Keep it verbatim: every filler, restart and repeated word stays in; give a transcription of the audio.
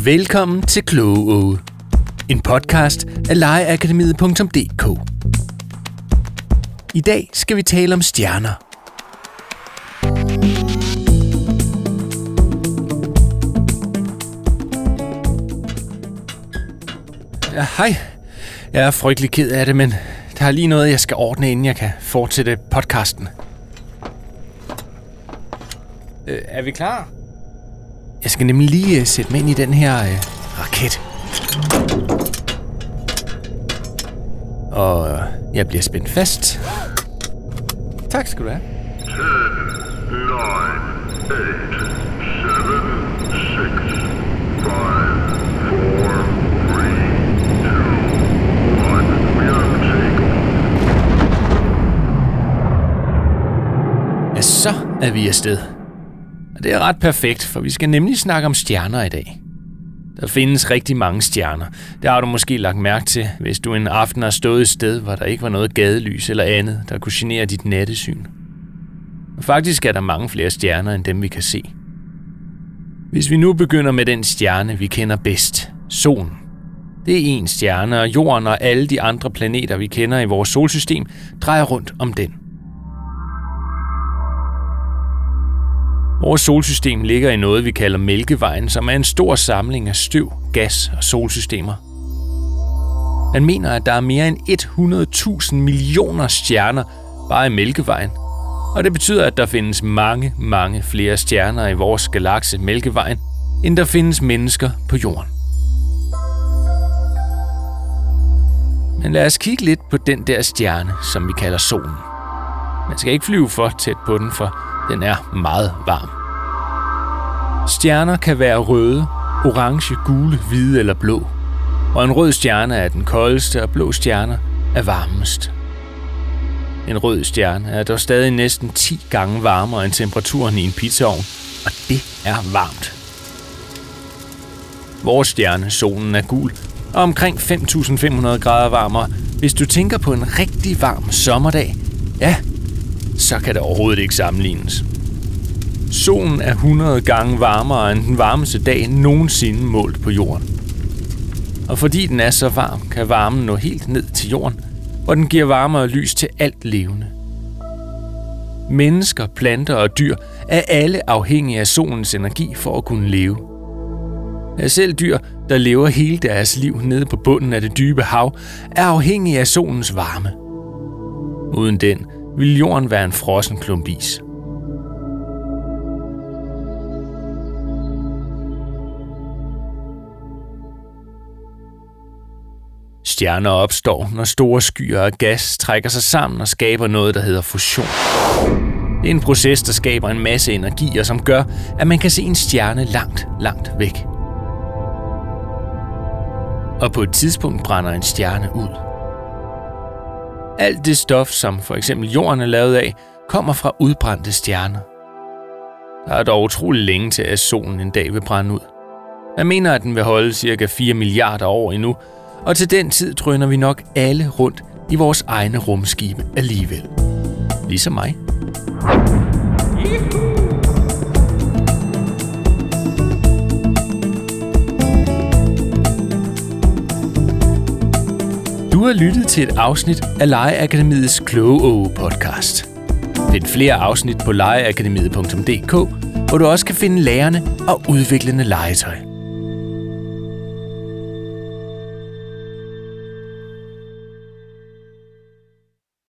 Velkommen til Kloge, en podcast af legeakademiet punktum d k. I dag skal vi tale om stjerner. Ja, hej. Jeg er frygtelig ked af det, men der er lige noget, jeg skal ordne, inden jeg kan fortsætte podcasten. Øh, er vi klar? Jeg skal nemlig lige uh, sætte mig ind i den her uh, raket. Og uh, jeg bliver spændt fast. Tak skal du have. ten, nine, eight, seven, six, five, four, three, two, one. We are takeoff. Ja, så er vi afsted. Og det er ret perfekt, for vi skal nemlig snakke om stjerner i dag. Der findes rigtig mange stjerner. Det har du måske lagt mærke til, hvis du en aften har stået et sted, hvor der ikke var noget gadelys eller andet, der kunne genere dit nattesyn. Og faktisk er der mange flere stjerner, end dem vi kan se. Hvis vi nu begynder med den stjerne, vi kender bedst, solen. Det er en stjerne, og jorden og alle de andre planeter, vi kender i vores solsystem, drejer rundt om den. Vores solsystem ligger i noget, vi kalder Mælkevejen, som er en stor samling af støv, gas og solsystemer. Man mener, at der er mere end hundrede tusind millioner stjerner bare i Mælkevejen, og det betyder, at der findes mange, mange flere stjerner i vores galakse Mælkevejen, end der findes mennesker på jorden. Men lad os kigge lidt på den der stjerne, som vi kalder solen. Man skal ikke flyve for tæt på den, for den er meget varm. Stjerner kan være røde, orange, gule, hvide eller blå. Og en rød stjerne er den koldeste, og blå stjerner er varmest. En rød stjerne er dog stadig næsten ti gange varmere end temperaturen i en pizzaovn, og det er varmt. Vores stjerne, solen, er gul, og omkring fem tusind fem hundrede grader varmere. Hvis du tænker på en rigtig varm sommerdag, ja, så kan det overhovedet ikke sammenlignes. Solen er hundrede gange varmere end den varmeste dag nogensinde målt på jorden. Og fordi den er så varm, kan varmen nå helt ned til jorden, og den giver varme og lys til alt levende. Mennesker, planter og dyr er alle afhængige af solens energi for at kunne leve. Ja, selv dyr, der lever hele deres liv nede på bunden af det dybe hav, er afhængige af solens varme. Uden den vil jorden være en frossen klump is. Stjerner opstår, når store skyer af gas trækker sig sammen og skaber noget, der hedder fusion. Det er en proces, der skaber en masse energi, og som gør, at man kan se en stjerne langt, langt væk. Og på et tidspunkt brænder en stjerne ud. Alt det stof, som for eksempel jorden er lavet af, kommer fra udbrændte stjerner. Der er dog utrolig længe til, at solen en dag vil brænde ud. Man mener, at den vil holde cirka fire milliarder år endnu, og til den tid drøner vi nok alle rundt i vores egne rumskibe alligevel. Ligesom mig. Du har lyttet til et afsnit af Legeakademiets Kloge podcast. Find flere afsnit på legeakademiet punktum d k, hvor du også kan finde lærerne og udviklende legetøj.